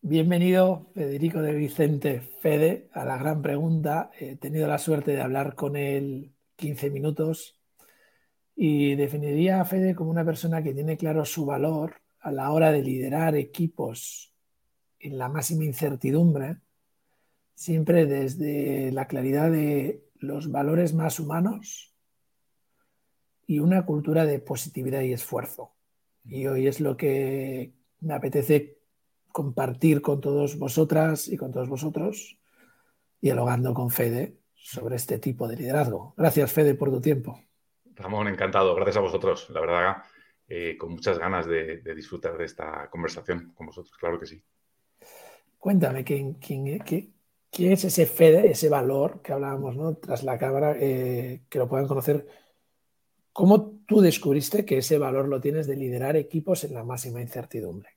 Bienvenido, Federico de Vicente Fede, a la gran pregunta. He tenido la suerte de hablar con él 15 minutos y definiría a Fede como una persona que tiene claro su valor a la hora de liderar equipos en la máxima incertidumbre, siempre desde la claridad de los valores más humanos y una cultura de positividad y esfuerzo. Y hoy es lo que me apetece compartir con todos vosotras y con todos vosotros, dialogando con Fede sobre este tipo de liderazgo. Gracias, Fede, por tu tiempo. Ramón, encantado. Gracias a vosotros. La verdad, con muchas ganas de disfrutar de esta conversación con vosotros. Claro que sí. Cuéntame, ¿quién es ese Fede, ese valor que hablábamos, ¿no? Tras la cámara, que lo puedan conocer? ¿Cómo tú descubriste que ese valor lo tienes de liderar equipos en la máxima incertidumbre?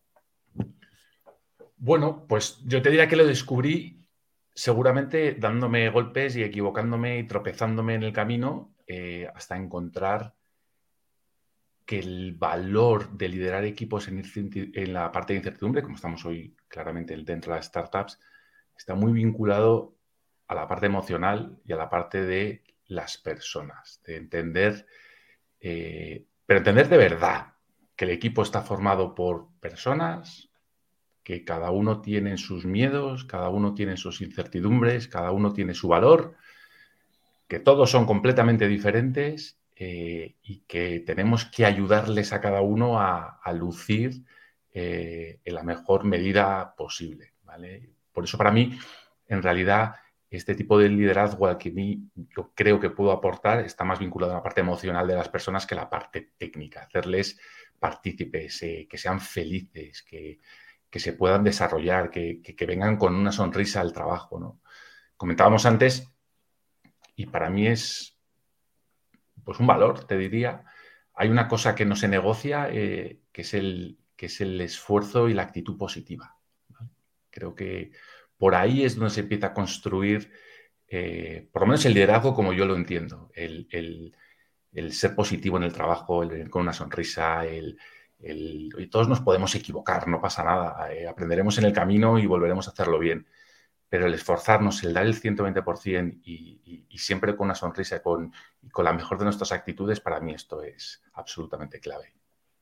Bueno, pues yo te diría que lo descubrí seguramente dándome golpes y equivocándome y tropezándome en el camino hasta encontrar que el valor de liderar equipos en la parte de incertidumbre, como estamos hoy claramente dentro de las startups, está muy vinculado a la parte emocional y a la parte de las personas, de entender, pero entender de verdad que el equipo está formado por personas, que cada uno tiene sus miedos, cada uno tiene sus incertidumbres, cada uno tiene su valor, que todos son completamente diferentes y que tenemos que ayudarles a cada uno a lucir en la mejor medida posible, ¿vale? Por eso para mí, en realidad, este tipo de liderazgo al que yo creo que puedo aportar está más vinculado a la parte emocional de las personas que a la parte técnica, hacerles partícipes, que sean felices, que se puedan desarrollar, que vengan con una sonrisa al trabajo, ¿no? Comentábamos antes, y para mí es pues un valor, te diría. Hay una cosa que no se negocia, que es el esfuerzo y la actitud positiva, ¿vale? Creo que por ahí es donde se empieza a construir, por lo menos el liderazgo como yo lo entiendo, el ser positivo en el trabajo, el venir con una sonrisa, y todos nos podemos equivocar, no pasa nada, aprenderemos en el camino y volveremos a hacerlo bien, pero el esforzarnos, el dar el 120% y siempre con una sonrisa y con la mejor de nuestras actitudes, para mí esto es absolutamente clave.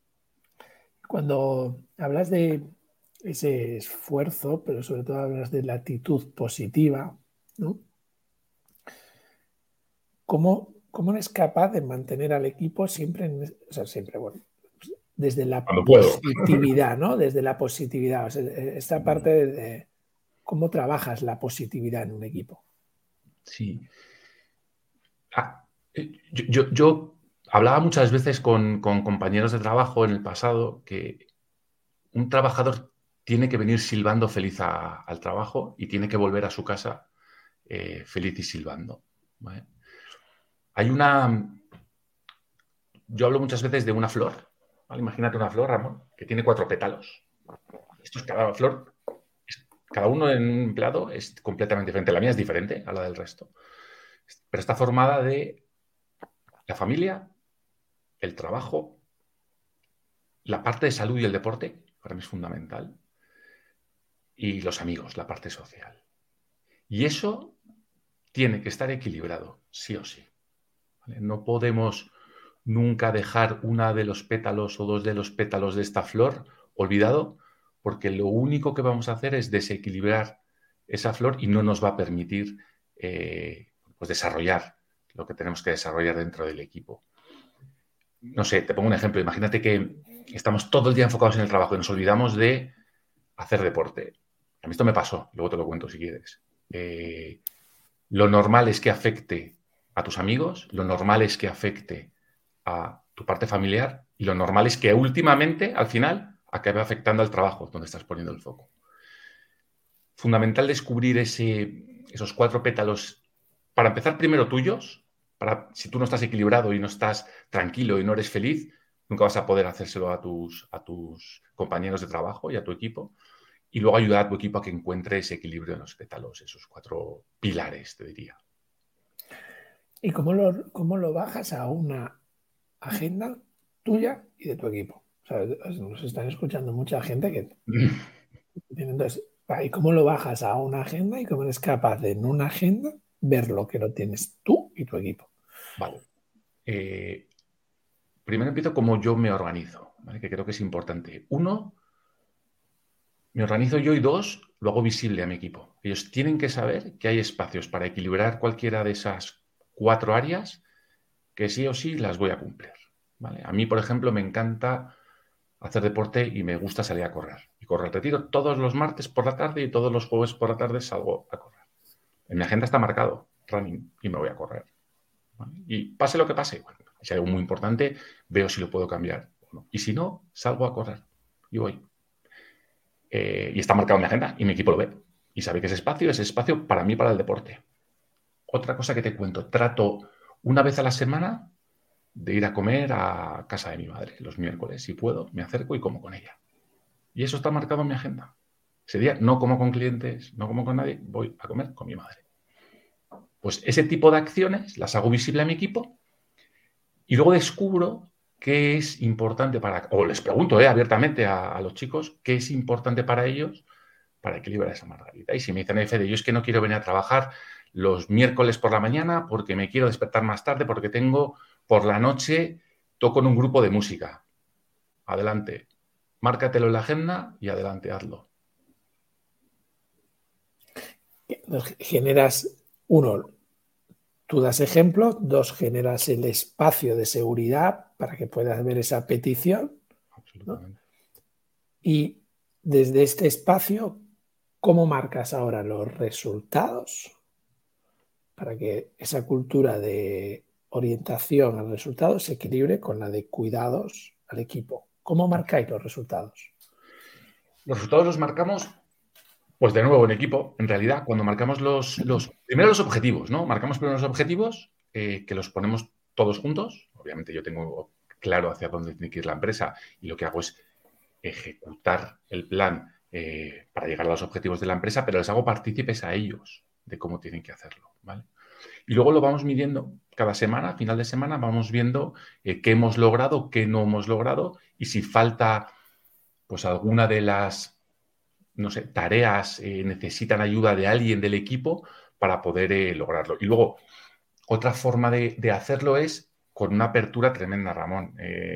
Cuando hablas de ese esfuerzo, pero sobre todo hablas de la actitud positiva, ¿no? ¿Cómo eres capaz de mantener al equipo siempre, o sea, siempre, bueno, desde la Cuando puedo. positividad, ¿no? Desde la positividad, o sea, esta parte de cómo trabajas la positividad en un equipo. Sí. Ah, yo hablaba muchas veces con compañeros de trabajo en el pasado que un trabajador tiene que venir silbando feliz al trabajo y tiene que volver a su casa feliz y silbando, ¿vale? Hay una, yo hablo muchas veces de una flor, ¿vale? Imagínate una flor, Ramón, que tiene 4 pétalos. Esto es cada flor, cada uno en un empleado es completamente diferente. La mía es diferente a la del resto, pero está formada de la familia, el trabajo, la parte de salud y el deporte, para mí es fundamental, y los amigos, la parte social. Y eso tiene que estar equilibrado, sí o sí, ¿vale? No podemos nunca dejar una de los pétalos o dos de los pétalos de esta flor olvidado, porque lo único que vamos a hacer es desequilibrar esa flor y no nos va a permitir pues desarrollar lo que tenemos que desarrollar dentro del equipo. No sé, te pongo un ejemplo. Imagínate que estamos todo el día enfocados en el trabajo y nos olvidamos de hacer deporte. A mí esto me pasó, luego te lo cuento si quieres. Lo normal es que afecte a tus amigos, lo normal es que afecte a tu parte familiar y lo normal es que últimamente, al final, acabe afectando al trabajo donde estás poniendo el foco. Fundamental descubrir esos 4 pétalos, para empezar primero tuyos, si tú no estás equilibrado y no estás tranquilo y no eres feliz, nunca vas a poder hacérselo a tus compañeros de trabajo y a tu equipo. Y luego ayudar a tu equipo a que encuentre ese equilibrio en los pétalos, esos 4 pilares, te diría. ¿Y cómo lo bajas a una agenda tuya y de tu equipo? O sea, nos están escuchando mucha gente que tiene. Entonces, ¿Y cómo lo bajas a una agenda y cómo eres capaz de en una agenda ver lo que lo tienes tú y tu equipo? Vale. Primero empiezo como yo me organizo, ¿vale? Que creo que es importante. Uno, me organizo yo y dos, lo hago visible a mi equipo. Ellos tienen que saber que hay espacios para equilibrar cualquiera de esas 4 áreas que sí o sí las voy a cumplir, ¿vale? A mí, por ejemplo, me encanta hacer deporte y me gusta salir a correr. Y correr retiro todos los martes por la tarde y todos los jueves por la tarde salgo a correr. En mi agenda está marcado running y me voy a correr, ¿vale? Y pase lo que pase, bueno, si hay algo muy importante, veo si lo puedo cambiar. Bueno, y si no, salgo a correr y voy. Y está marcado en mi agenda y mi equipo lo ve. Y sabe que ese espacio para mí, para el deporte. Otra cosa que te cuento, trato una vez a la semana de ir a comer a casa de mi madre los miércoles. Si puedo, me acerco y como con ella. Y eso está marcado en mi agenda. Ese día no como con clientes, no como con nadie, voy a comer con mi madre. Pues ese tipo de acciones las hago visible a mi equipo y luego descubro qué es importante o les pregunto abiertamente a los chicos qué es importante para ellos para equilibrar esa margarita. Y si me dicen, Fede, yo es que no quiero venir a trabajar los miércoles por la mañana porque me quiero despertar más tarde, porque tengo por la noche, toco en un grupo de música. Adelante. Márcatelo en la agenda y adelante, hazlo. Generas, uno, tú das ejemplo, dos, generas el espacio de seguridad para que puedas ver esa petición, ¿no? Y desde este espacio, ¿cómo marcas ahora los resultados para que esa cultura de orientación al resultado se equilibre con la de cuidados al equipo? ¿Cómo marcáis los resultados? Los resultados los marcamos, pues de nuevo en equipo. En realidad, cuando marcamos primero los objetivos, ¿no? Marcamos primero los objetivos, que los ponemos todos juntos. Obviamente yo tengo claro hacia dónde tiene que ir la empresa y lo que hago es ejecutar el plan para llegar a los objetivos de la empresa, pero les hago partícipes a ellos de cómo tienen que hacerlo, ¿vale? Y luego lo vamos midiendo cada semana, a final de semana, vamos viendo qué hemos logrado, qué no hemos logrado y si falta, pues alguna de las, no sé, tareas necesitan ayuda de alguien del equipo para poder lograrlo. Y luego, otra forma de hacerlo es con una apertura tremenda, Ramón.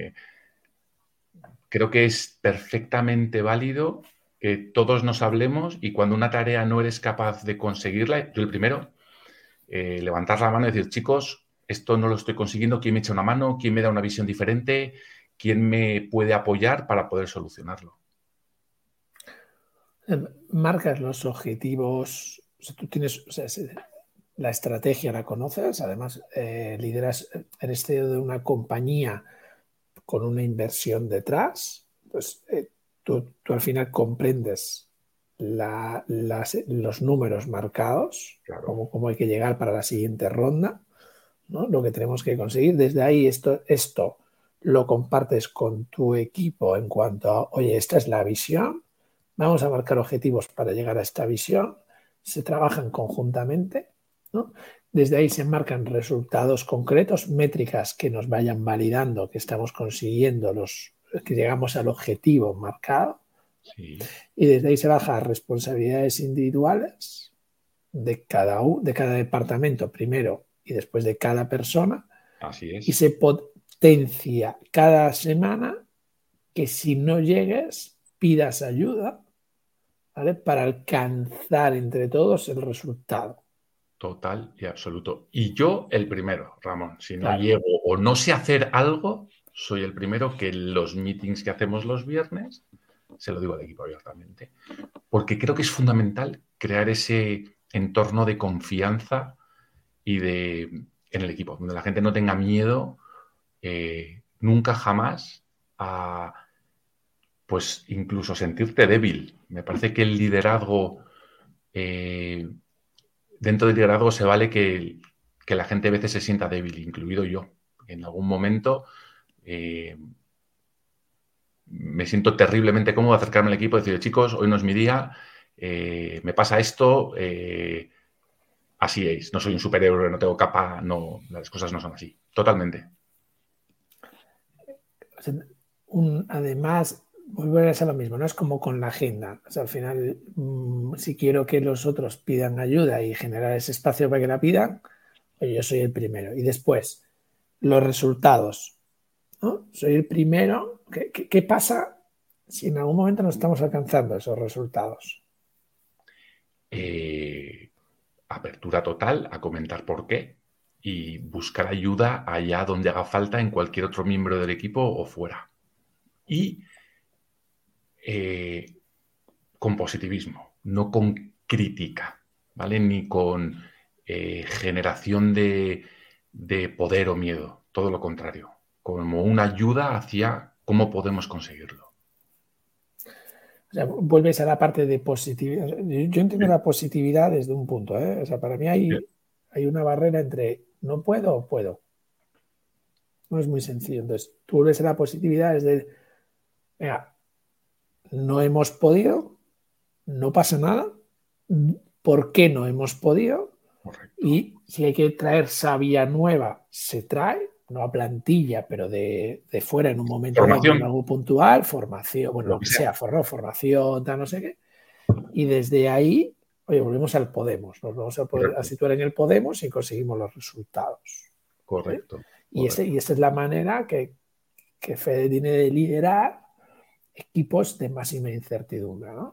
Creo que es perfectamente válido que todos nos hablemos y cuando una tarea no eres capaz de conseguirla, yo el primero, levantar la mano y decir, chicos, esto no lo estoy consiguiendo, ¿quién me echa una mano? ¿Quién me da una visión diferente? ¿Quién me puede apoyar para poder solucionarlo? Marcas los objetivos, o sea, tú tienes, o sea, la estrategia la conoces, además lideras, eres CEO de una compañía con una inversión detrás, pues tú al final comprendes los números marcados, Claro. cómo hay que llegar para la siguiente ronda, ¿no? Lo que tenemos que conseguir. Desde ahí esto lo compartes con tu equipo en cuanto a, oye, esta es la visión, vamos a marcar objetivos para llegar a esta visión, se trabajan conjuntamente, ¿no? Desde ahí se marcan resultados concretos, métricas que nos vayan validando que estamos consiguiendo que llegamos al objetivo marcado. Sí. Y desde ahí se baja a responsabilidades individuales de cada departamento primero y después de cada persona, Así y es. se potencia cada semana que si no llegues pidas ayuda, ¿vale? Para alcanzar entre todos el resultado. Total y absoluto. Y yo el primero, Ramón. Si no Claro. llego o no sé hacer algo, soy el primero que en los meetings que hacemos los viernes, se lo digo al equipo abiertamente. Porque creo que es fundamental crear ese entorno de confianza en el equipo, donde la gente no tenga miedo nunca jamás a, pues incluso sentirte débil. Me parece que el liderazgo, dentro del liderazgo se vale que la gente a veces se sienta débil, incluido yo. En algún momento me siento terriblemente cómodo acercarme al equipo y decir, chicos, hoy no es mi día, me pasa esto, así es, no soy un superhéroe, no tengo capa, no, las cosas no son así. Totalmente. O sea, además, volver a ser lo mismo, no es como con la agenda. O sea, al final si quiero que los otros pidan ayuda y generar ese espacio para que la pidan, pues yo soy el primero. Y después, los resultados, ¿no? Soy el primero. ¿Qué pasa si en algún momento no estamos alcanzando esos resultados? Apertura total a comentar por qué y buscar ayuda allá donde haga falta en cualquier otro miembro del equipo o fuera. Y con positivismo, no con crítica, ¿vale? Ni con generación de poder o miedo, todo lo contrario, como una ayuda hacia cómo podemos conseguirlo. O sea, vuelves a la parte de positividad. Yo entiendo la positividad desde un punto, ¿eh? O sea, para mí hay una barrera entre no puedo o puedo. No es muy sencillo. Entonces, tú vuelves a la positividad desde, venga, no hemos podido, no pasa nada. ¿Por qué no hemos podido? Correcto. Y si hay que traer savia nueva, se trae, no a plantilla, pero de fuera en un momento dado, en Formación, algo puntual, formación, bueno, lo lo que que sea. sea, formación, tal, no sé qué. Y desde ahí, oye, volvemos al Podemos, nos vamos a Correcto, situar en el Podemos y conseguimos los resultados. ¿Eh? correcto, Y correcto. esta es la manera que Fede tiene de liderar equipos de máxima incertidumbre, ¿no?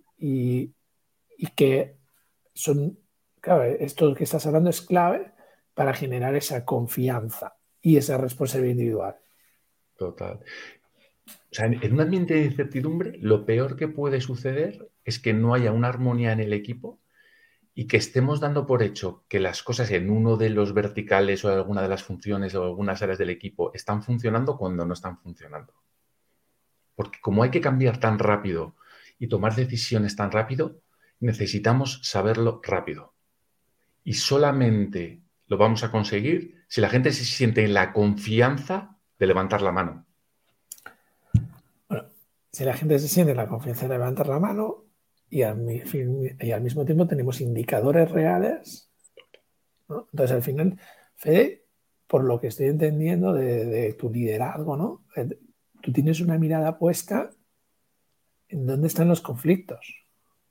Y que son, claro, esto que estás hablando es clave para generar esa confianza y esa responsabilidad individual. Total. O sea, en un ambiente de incertidumbre, lo peor que puede suceder es que no haya una armonía en el equipo y que estemos dando por hecho que las cosas en uno de los verticales o alguna de las funciones o algunas áreas del equipo están funcionando cuando no están funcionando. Porque como hay que cambiar tan rápido y tomar decisiones tan rápido, necesitamos saberlo rápido. Y solamente lo vamos a conseguir si la gente se siente en la confianza de levantar la mano. Bueno, si la gente se siente la confianza de levantar la mano y al mismo tiempo tenemos indicadores reales, ¿no? Entonces, al final, Fede, por lo que estoy entendiendo de tu liderazgo, ¿no? Tú tienes una mirada puesta en dónde están los conflictos.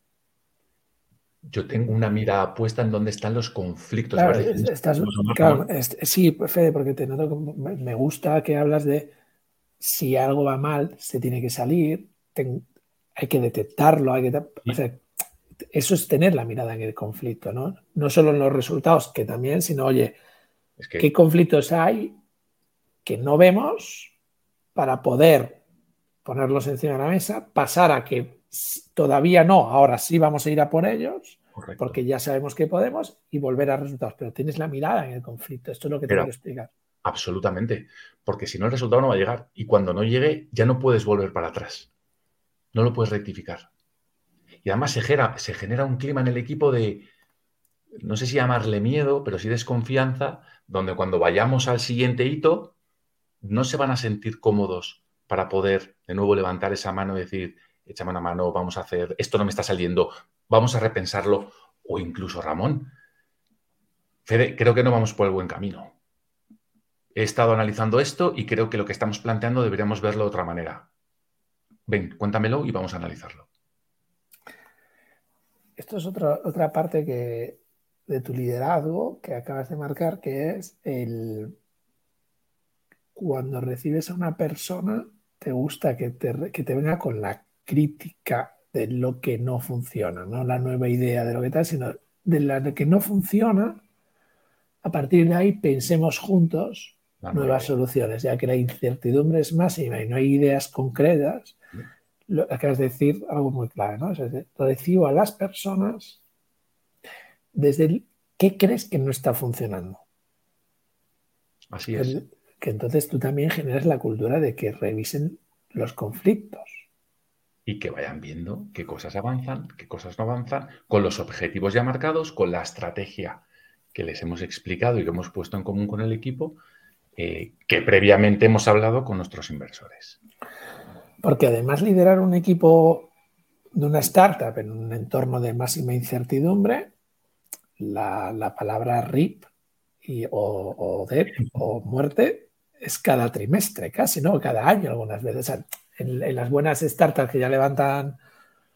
Yo tengo una mirada puesta en dónde están los conflictos. A Claro, ver, decimos, claro, sí, Fede, porque te noto, me gusta que hablas de si algo va mal, se tiene que salir, hay que detectarlo, o sea, eso es tener la mirada en el conflicto, ¿no? No solo en los resultados, que también, sino, oye, es ¿qué que, conflictos hay que no vemos para poder ponerlos encima de la mesa, pasar a que todavía no, ahora sí vamos a ir a por ellos, correcto, porque ya sabemos que podemos y volver a resultados, pero tienes la mirada en el conflicto, esto es lo que te quiero pero explicar. absolutamente, porque si no el resultado no va a llegar y cuando no llegue ya no puedes volver para atrás, no lo puedes rectificar. Y además se genera un clima en el equipo de, no sé si llamarle miedo, pero sí desconfianza, donde cuando vayamos al siguiente hito no se van a sentir cómodos para poder de nuevo levantar esa mano y decir, échame una mano, vamos a hacer, esto no me está saliendo, vamos a repensarlo, o incluso Ramón, Fede, creo que no vamos por el buen camino. He estado analizando esto y creo que lo que estamos planteando deberíamos verlo de otra manera. Ven, cuéntamelo y vamos a analizarlo. Esto es otra parte de tu liderazgo que acabas de marcar, que es cuando recibes a una persona, te gusta que te venga con la crítica de lo que no funciona, no la nueva idea de lo que tal, sino de la que no funciona. A partir de ahí pensemos juntos La nueva nuevas idea. soluciones, ya que la incertidumbre es máxima y no hay ideas concretas. Acabas de decir algo muy clave, ¿no? Es decir, recibo a las personas desde qué crees que no está funcionando. Así es. Que entonces tú también generas la cultura de que revisen los conflictos. Y que vayan viendo qué cosas avanzan, qué cosas no avanzan, con los objetivos ya marcados, con la estrategia que les hemos explicado y que hemos puesto en común con el equipo, que previamente hemos hablado con nuestros inversores. Porque además liderar un equipo de una startup en un entorno de máxima incertidumbre, la palabra RIP o DEP o muerte es cada trimestre casi, ¿no? Cada año algunas veces. O sea, en las buenas startups que ya levantan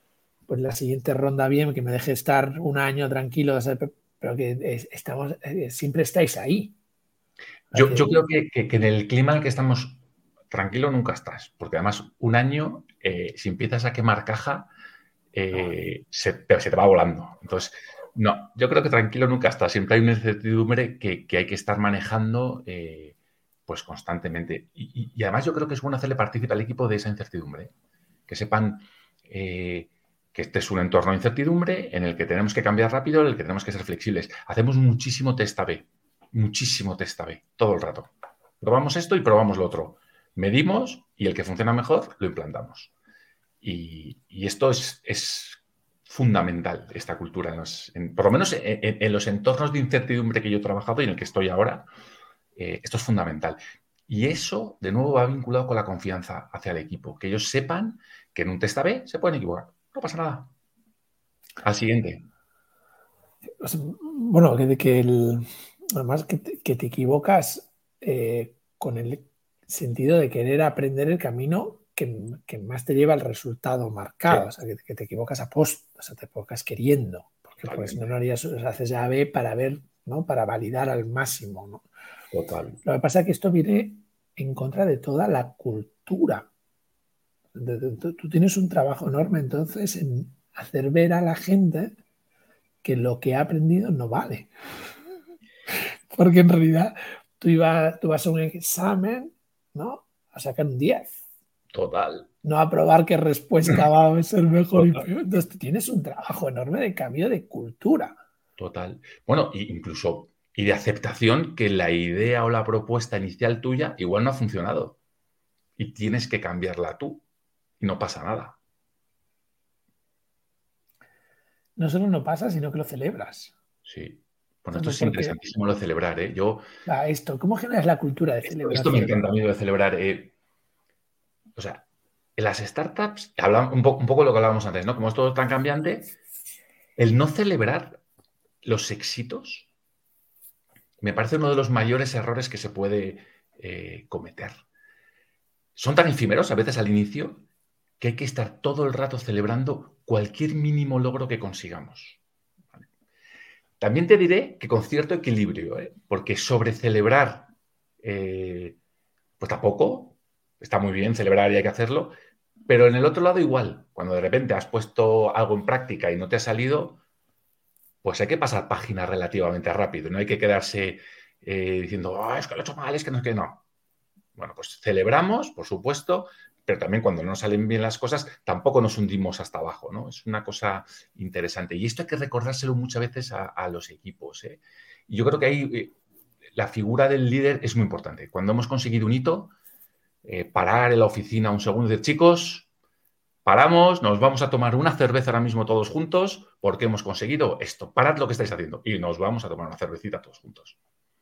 pues la siguiente ronda bien, que me deje estar un año tranquilo, pero que siempre estáis ahí. Yo creo que en el clima en el que estamos, tranquilo nunca estás, porque además un año, si empiezas a quemar caja, se te va volando. Entonces, no, yo creo que tranquilo nunca estás. Siempre hay una incertidumbre que hay que estar manejando pues constantemente. Y además yo creo que es bueno hacerle partícipe al equipo de esa incertidumbre. Que sepan que este es un entorno de incertidumbre en el que tenemos que cambiar rápido, en el que tenemos que ser flexibles. Hacemos muchísimo test A/B, muchísimo test A/B, todo el rato. Probamos esto y probamos lo otro. Medimos y el que funciona mejor lo implantamos. Y esto es fundamental, esta cultura, por lo menos en los entornos de incertidumbre que yo he trabajado y en el que estoy ahora, esto es fundamental. Y eso, de nuevo, va vinculado con la confianza hacia el equipo, que ellos sepan que en un test A/B se pueden equivocar, no pasa nada. Al siguiente. Bueno, además que te equivocas con el sentido de querer aprender el camino que más te lleva al resultado marcado. Sí. O sea, que te equivocas a post, o sea, te equivocas queriendo, porque si no, no harías, o sea, haces A/B para ver, ¿no? Para validar al máximo, ¿no? Total. Lo que pasa es que esto viene en contra de toda la cultura. Tú tienes un trabajo enorme entonces en hacer ver a la gente que lo que ha aprendido no vale. Porque en realidad tú vas a un examen, ¿no? A sacar un 10. Total. No a probar qué respuesta va a ser mejor y Total. peor. Entonces tienes un trabajo enorme de cambio de cultura. Total. Bueno, incluso y de aceptación que la idea o la propuesta inicial tuya igual no ha funcionado y tienes que cambiarla tú y no pasa nada. No solo no pasa, sino que lo celebras. Sí. Bueno, esto Entonces, es porque interesantísimo lo de celebrar, ¿eh? ¿cómo generas la cultura de Esto me celebración? encanta a mí lo de celebrar. O sea, en las startups, hablamos un poco de lo que hablábamos antes, ¿no? Como es todo tan cambiante, el no celebrar los éxitos me parece uno de los mayores errores que se puede cometer. Son tan efímeros a veces al inicio que hay que estar todo el rato celebrando cualquier mínimo logro que consigamos. ¿Vale? También te diré que con cierto equilibrio, porque sobre celebrar, pues tampoco, está muy bien celebrar y hay que hacerlo, pero en el otro lado igual, cuando de repente has puesto algo en práctica y no te ha salido, pues hay que pasar página relativamente rápido, no hay que quedarse diciendo, oh, es que lo he hecho mal, es que no es que no. Bueno, pues celebramos, por supuesto, pero también cuando no salen bien las cosas, tampoco nos hundimos hasta abajo, ¿no? Es una cosa interesante. Y esto hay que recordárselo muchas veces a los equipos, ¿eh? Y yo creo que ahí la figura del líder es muy importante. Cuando hemos conseguido un hito, parar en la oficina un segundo y decir, chicos, paramos, nos vamos a tomar una cerveza ahora mismo todos juntos porque hemos conseguido esto. Parad lo que estáis haciendo y nos vamos a tomar una cervecita todos juntos.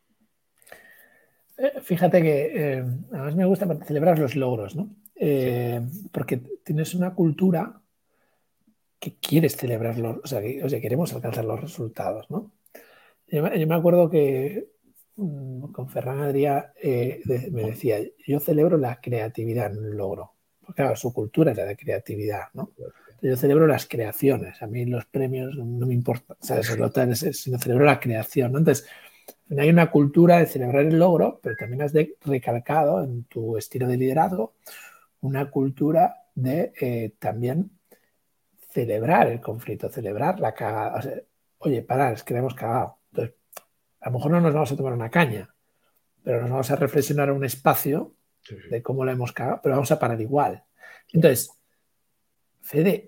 Fíjate que además me gusta celebrar los logros, ¿no? Sí. Porque tienes una cultura que quieres celebrarlo, o sea, queremos alcanzar los resultados, ¿no? Yo me acuerdo que con Ferran Adrià me decía, yo celebro la creatividad en un logro. Porque claro, su cultura era de creatividad, ¿no? Yo celebro las creaciones, a mí los premios no me importan, ¿sabes? Sino celebro la creación, ¿no? Entonces, hay una cultura de celebrar el logro, pero también has recalcado en tu estilo de liderazgo una cultura de también celebrar el conflicto, celebrar la cagada. O sea, oye, parar, es que la hemos cagado. Entonces, a lo mejor no nos vamos a tomar una caña, pero nos vamos a reflexionar en un espacio de cómo la hemos cagado, pero vamos a parar igual. Entonces, Fede,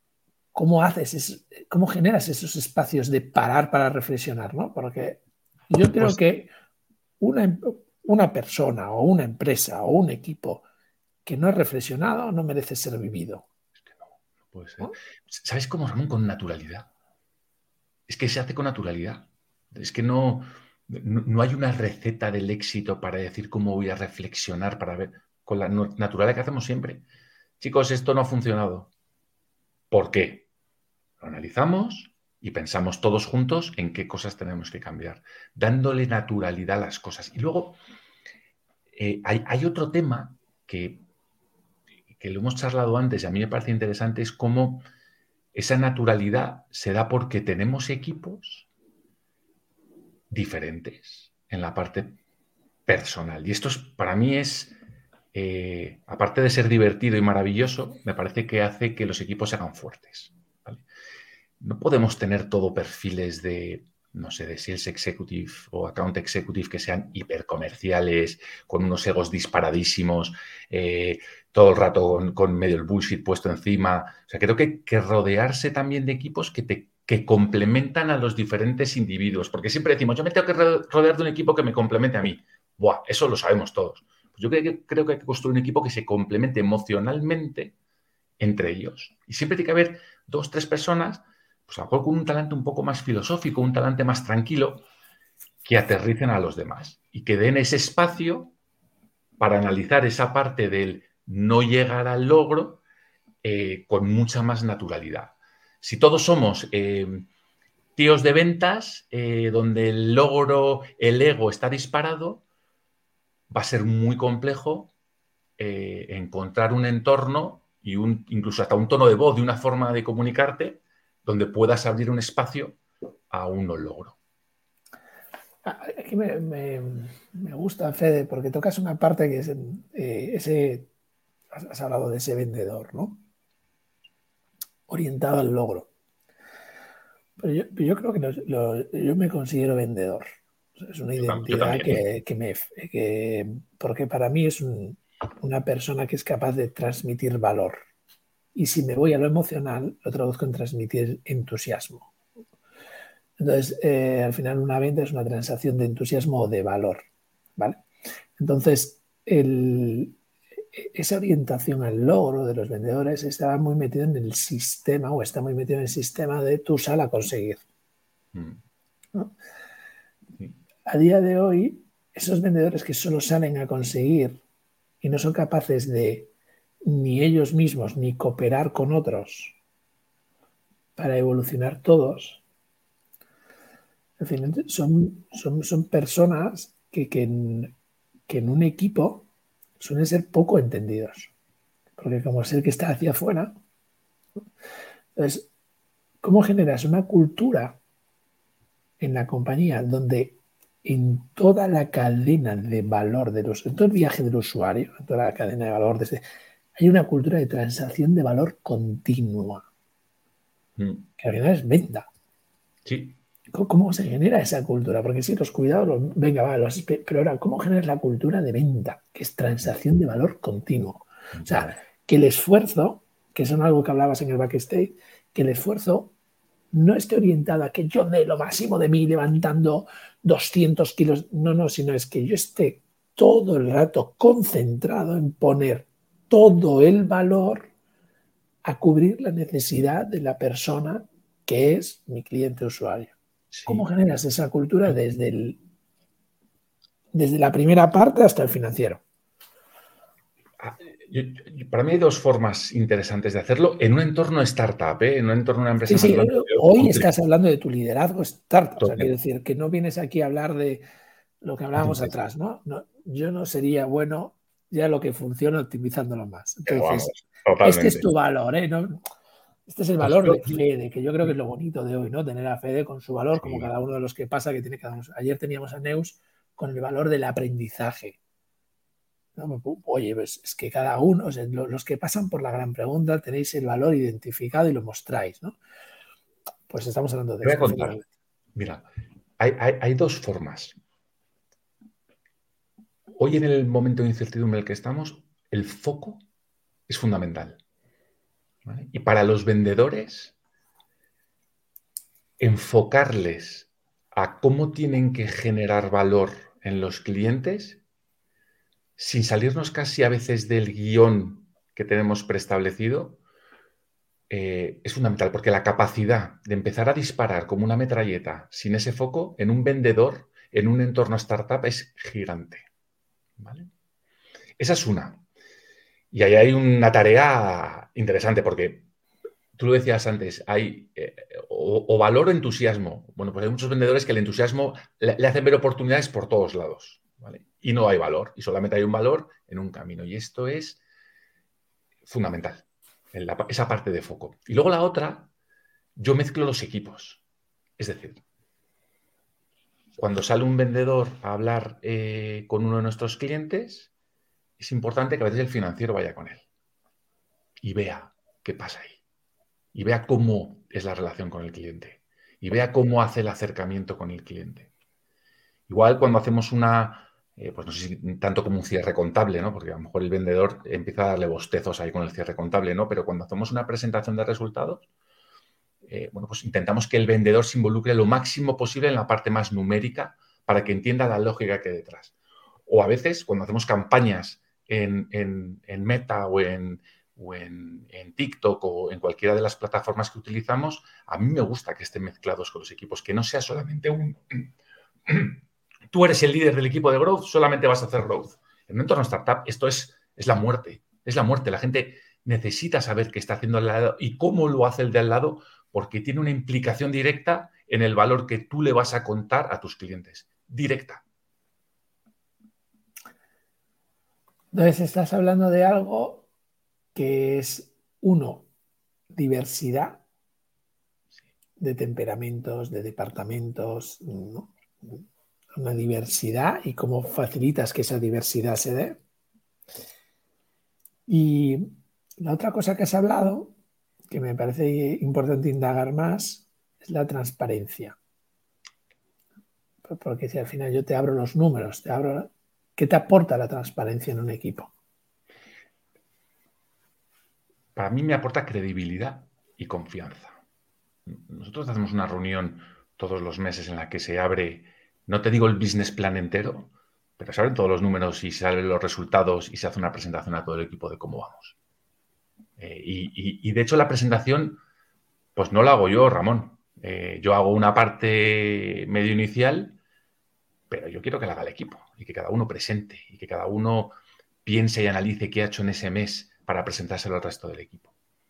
cómo generas esos espacios de parar para reflexionar, ¿no? Porque yo creo Pues que una persona o una empresa o un equipo que no es reflexionado no merece ser vivido. es que no puede ser. ¿No? ¿Sabes cómo, Ramón? Con naturalidad. Es que se hace con naturalidad. Es que no hay una receta del éxito para decir cómo voy a reflexionar para ver con la naturalidad que hacemos siempre. Chicos, esto no ha funcionado. ¿Por qué? Lo analizamos y pensamos todos juntos en qué cosas tenemos que cambiar, dándole naturalidad a las cosas. Y luego hay otro tema que lo hemos charlado antes y a mí me parece interesante, es cómo esa naturalidad se da porque tenemos equipos diferentes en la parte personal. Y esto para mí es, aparte de ser divertido y maravilloso, me parece que hace que los equipos se hagan fuertes, ¿vale? No podemos tener todo perfiles de, no sé, de sales executive o account executive que sean hipercomerciales, con unos egos disparadísimos, todo el rato con medio el bullshit puesto encima. O sea, creo que hay que rodearse también de equipos que complementan a los diferentes individuos. Porque siempre decimos, yo me tengo que rodear de un equipo que me complemente a mí. Buah, eso lo sabemos todos. Pues yo creo que hay que construir un equipo que se complemente emocionalmente entre ellos. Y siempre tiene que haber 2, 3 personas, pues a lo mejor con un talante un poco más filosófico, un talante más tranquilo, que aterricen a los demás y que den ese espacio para analizar esa parte del no llegar al logro con mucha más naturalidad. Si todos somos tíos de ventas, donde el logro, el ego está disparado, va a ser muy complejo encontrar un entorno y incluso hasta un tono de voz, de una forma de comunicarte, donde puedas abrir un espacio a un no logro. Aquí me gusta, Fede, porque tocas una parte que es has hablado de ese vendedor, ¿no? Orientado al logro. Pero yo creo que yo me considero vendedor. Es una identidad porque para mí es una persona que es capaz de transmitir valor. Y si me voy a lo emocional, lo traduzco en transmitir entusiasmo. Entonces, al final una venta es una transacción de entusiasmo o de valor, ¿vale? Entonces, esa orientación al logro de los vendedores estaba muy metido en el sistema o está muy metido en el sistema de tu sal a conseguir, ¿no? A día de hoy, esos vendedores que solo salen a conseguir y no son capaces de ni ellos mismos ni cooperar con otros para evolucionar todos, en fin, son personas que en un equipo suelen ser poco entendidos, porque como es el que está hacia afuera, entonces, ¿cómo generas una cultura en la compañía donde en toda la cadena de valor en todo el viaje del usuario, en toda la cadena de valor, hay una cultura de transacción de valor continua, que al final es venta? Sí. ¿Cómo se genera esa cultura? Porque si los cuidados, venga, va, pero ahora, ¿cómo generas la cultura de venta? Que es transacción de valor continuo. O sea, que el esfuerzo, que es algo que hablabas en el backstage, que el esfuerzo no esté orientado a que yo dé lo máximo de mí levantando 200 kilos, no, sino es que yo esté todo el rato concentrado en poner todo el valor a cubrir la necesidad de la persona que es mi cliente usuario. ¿Cómo generas esa cultura desde la primera parte hasta el financiero? Para mí hay 2 formas interesantes de hacerlo en un entorno startup, en un entorno de una empresa Sí, más grande. hoy estás hablando de tu liderazgo startup, o sea, quiero decir que no vienes aquí a hablar de lo que hablábamos atrás, ¿no? Yo no sería bueno ya lo que funciona optimizándolo más. Entonces, este es tu valor, ¿eh? ¿No? Este es el valor de Fede, que yo creo que es lo bonito de hoy, ¿no? Tener a Fede con su valor, como cada uno de los que pasa, que tiene cada uno. Ayer teníamos a Neus con el valor del aprendizaje. ¿No? Oye, pues es que cada uno, o sea, los que pasan por la gran pregunta, tenéis el valor identificado y lo mostráis, ¿no? Pues estamos hablando de Te voy a esto. contar. Mira, hay 2 formas. Hoy, en el momento de incertidumbre en el que estamos, el foco es fundamental, ¿vale? Y para los vendedores, enfocarles a cómo tienen que generar valor en los clientes, sin salirnos casi a veces del guión que tenemos preestablecido, es fundamental, porque la capacidad de empezar a disparar como una metralleta sin ese foco en un vendedor, en un entorno startup, es gigante, ¿vale? Esa es una. Y ahí hay una tarea interesante, porque tú lo decías antes, hay o valor o entusiasmo. Bueno, pues hay muchos vendedores que el entusiasmo le hacen ver oportunidades por todos lados, ¿vale? Y no hay valor, y solamente hay un valor en un camino. Y esto es fundamental, esa parte de foco. Y luego la otra yo mezclo los equipos. Es decir, cuando sale un vendedor a hablar con uno de nuestros clientes, es importante que a veces el financiero vaya con él y vea qué pasa ahí. Y vea cómo es la relación con el cliente. Y vea cómo hace el acercamiento con el cliente. Igual cuando hacemos pues no sé si tanto como un cierre contable, ¿no? Porque a lo mejor el vendedor empieza a darle bostezos ahí con el cierre contable, ¿no? Pero cuando hacemos una presentación de resultados, bueno, pues intentamos que el vendedor se involucre lo máximo posible en la parte más numérica para que entienda la lógica que hay detrás. O a veces, cuando hacemos campañas en Meta o en TikTok o en cualquiera de las plataformas que utilizamos, a mí me gusta que estén mezclados con los equipos, que no sea solamente un... Tú eres el líder del equipo de growth, solamente vas a hacer growth. En un entorno startup esto es la muerte, es la muerte. La gente necesita saber qué está haciendo al lado y cómo lo hace el de al lado, porque tiene una implicación directa en el valor que tú le vas a contar a tus clientes. Directa. Entonces estás hablando de algo que es, uno, diversidad de temperamentos, de departamentos, ¿no? Una diversidad y cómo facilitas que esa diversidad se dé. Y la otra cosa que has hablado, que me parece importante indagar más, es la transparencia. Porque si al final yo te abro los números, ¿qué te aporta la transparencia en un equipo? Para mí me aporta credibilidad y confianza. Nosotros hacemos una reunión todos los meses en la que se abre, no te digo el business plan entero, pero se abren todos los números y se salen los resultados y se hace una presentación a todo el equipo de cómo vamos. Y de hecho la presentación, pues no la hago yo, Ramón. Yo hago una parte medio inicial, pero yo quiero que la haga el equipo y que cada uno presente y que cada uno piense y analice qué ha hecho en ese mes para presentárselo al resto del equipo.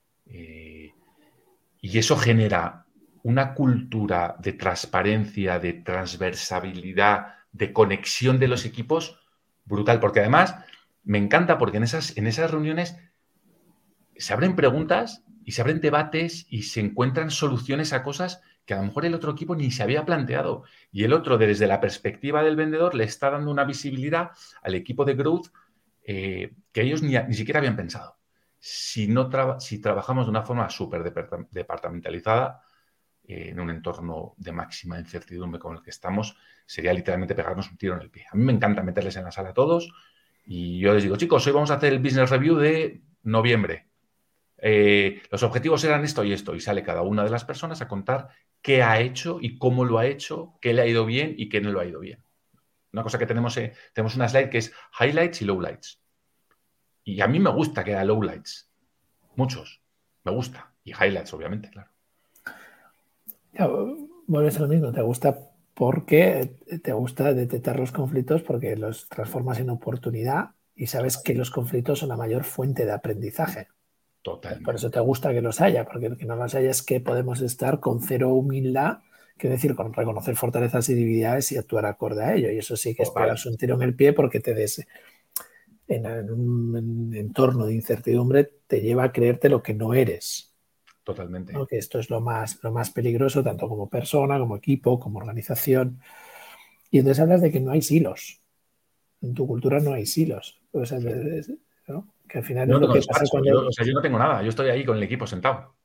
Y eso genera una cultura de transparencia, de transversabilidad, de conexión de los equipos brutal, porque además me encanta porque en esas reuniones se abren preguntas y se abren debates y se encuentran soluciones a cosas que a lo mejor el otro equipo ni se había planteado. Y el otro, desde la perspectiva del vendedor, le está dando una visibilidad al equipo de growth que ellos ni siquiera habían pensado. Si trabajamos de una forma súper departamentalizada, en un entorno de máxima incertidumbre como el que estamos, sería literalmente pegarnos un tiro en el pie. A mí me encanta meterles en la sala a todos y yo les digo, chicos, hoy vamos a hacer el business review de noviembre. Los objetivos eran esto y esto, y sale cada una de las personas a contar qué ha hecho y cómo lo ha hecho, qué le ha ido bien y qué no lo ha ido bien. Una cosa que tenemos una slide que es highlights y lowlights. Y a mí me gusta que haya lowlights. Muchos. Me gusta. Y highlights, obviamente, claro. Vuelves a lo mismo, te gusta porque te gusta detectar los conflictos porque los transformas en oportunidad y sabes que los conflictos son la mayor fuente de aprendizaje. Totalmente. Por eso te gusta que los haya, porque el que no los haya es que podemos estar con cero humildad, que decir, con reconocer fortalezas y debilidades y actuar acorde a ello. Y eso sí que es pegarse un tiro en el pie porque en un entorno de incertidumbre te lleva a creerte lo que no eres. Totalmente. ¿No? Que esto es lo más peligroso, tanto como persona, como equipo, como organización. Y entonces hablas de que no hay silos. En tu cultura no hay silos. O sea, ¿no? Que al final No es lo tengo que pasa despacho. cuando... Yo no tengo nada. Yo estoy ahí con el equipo sentado.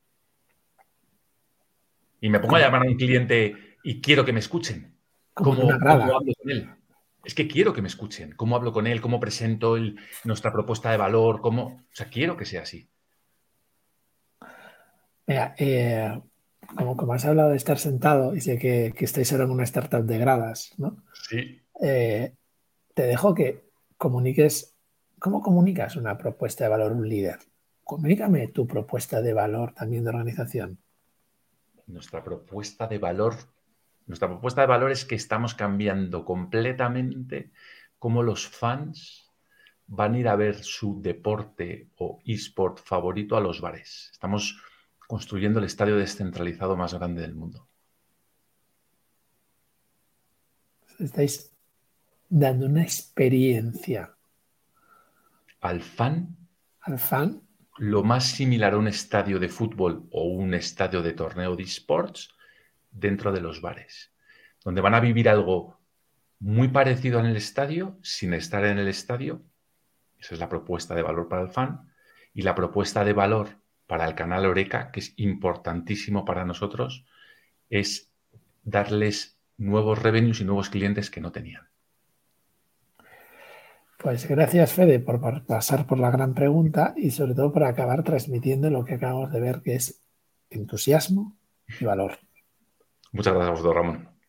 Y me pongo a llamar a un cliente y quiero que me escuchen. Como en una ¿Cómo grada. hablo con él? Es que quiero que me escuchen. ¿Cómo hablo con él? ¿Cómo presento nuestra propuesta de valor? O sea, quiero que sea así. Mira, como has hablado de estar sentado y sé que estáis ahora en una startup de gradas, ¿no? Sí. Te dejo que comuniques. ¿Cómo comunicas una propuesta de valor a un líder? Comunícame tu propuesta de valor también de organización. Nuestra propuesta de valor. Nuestra propuesta de valor es que estamos cambiando completamente cómo los fans van a ir a ver su deporte o eSport favorito a los bares. Estamos construyendo el estadio descentralizado más grande del mundo. Estáis dando una experiencia Al fan al fan lo más similar a un estadio de fútbol o un estadio de torneo de esports dentro de los bares, donde van a vivir algo muy parecido en el estadio sin estar en el estadio. Esa es la propuesta de valor para el fan. Y la propuesta de valor para el canal Oreca, que es importantísimo para nosotros, es darles nuevos revenues y nuevos clientes que no tenían. Pues gracias, Fede, por pasar por la gran pregunta y sobre todo por acabar transmitiendo lo que acabamos de ver, que es entusiasmo y valor. Muchas gracias a vosotros, Ramón.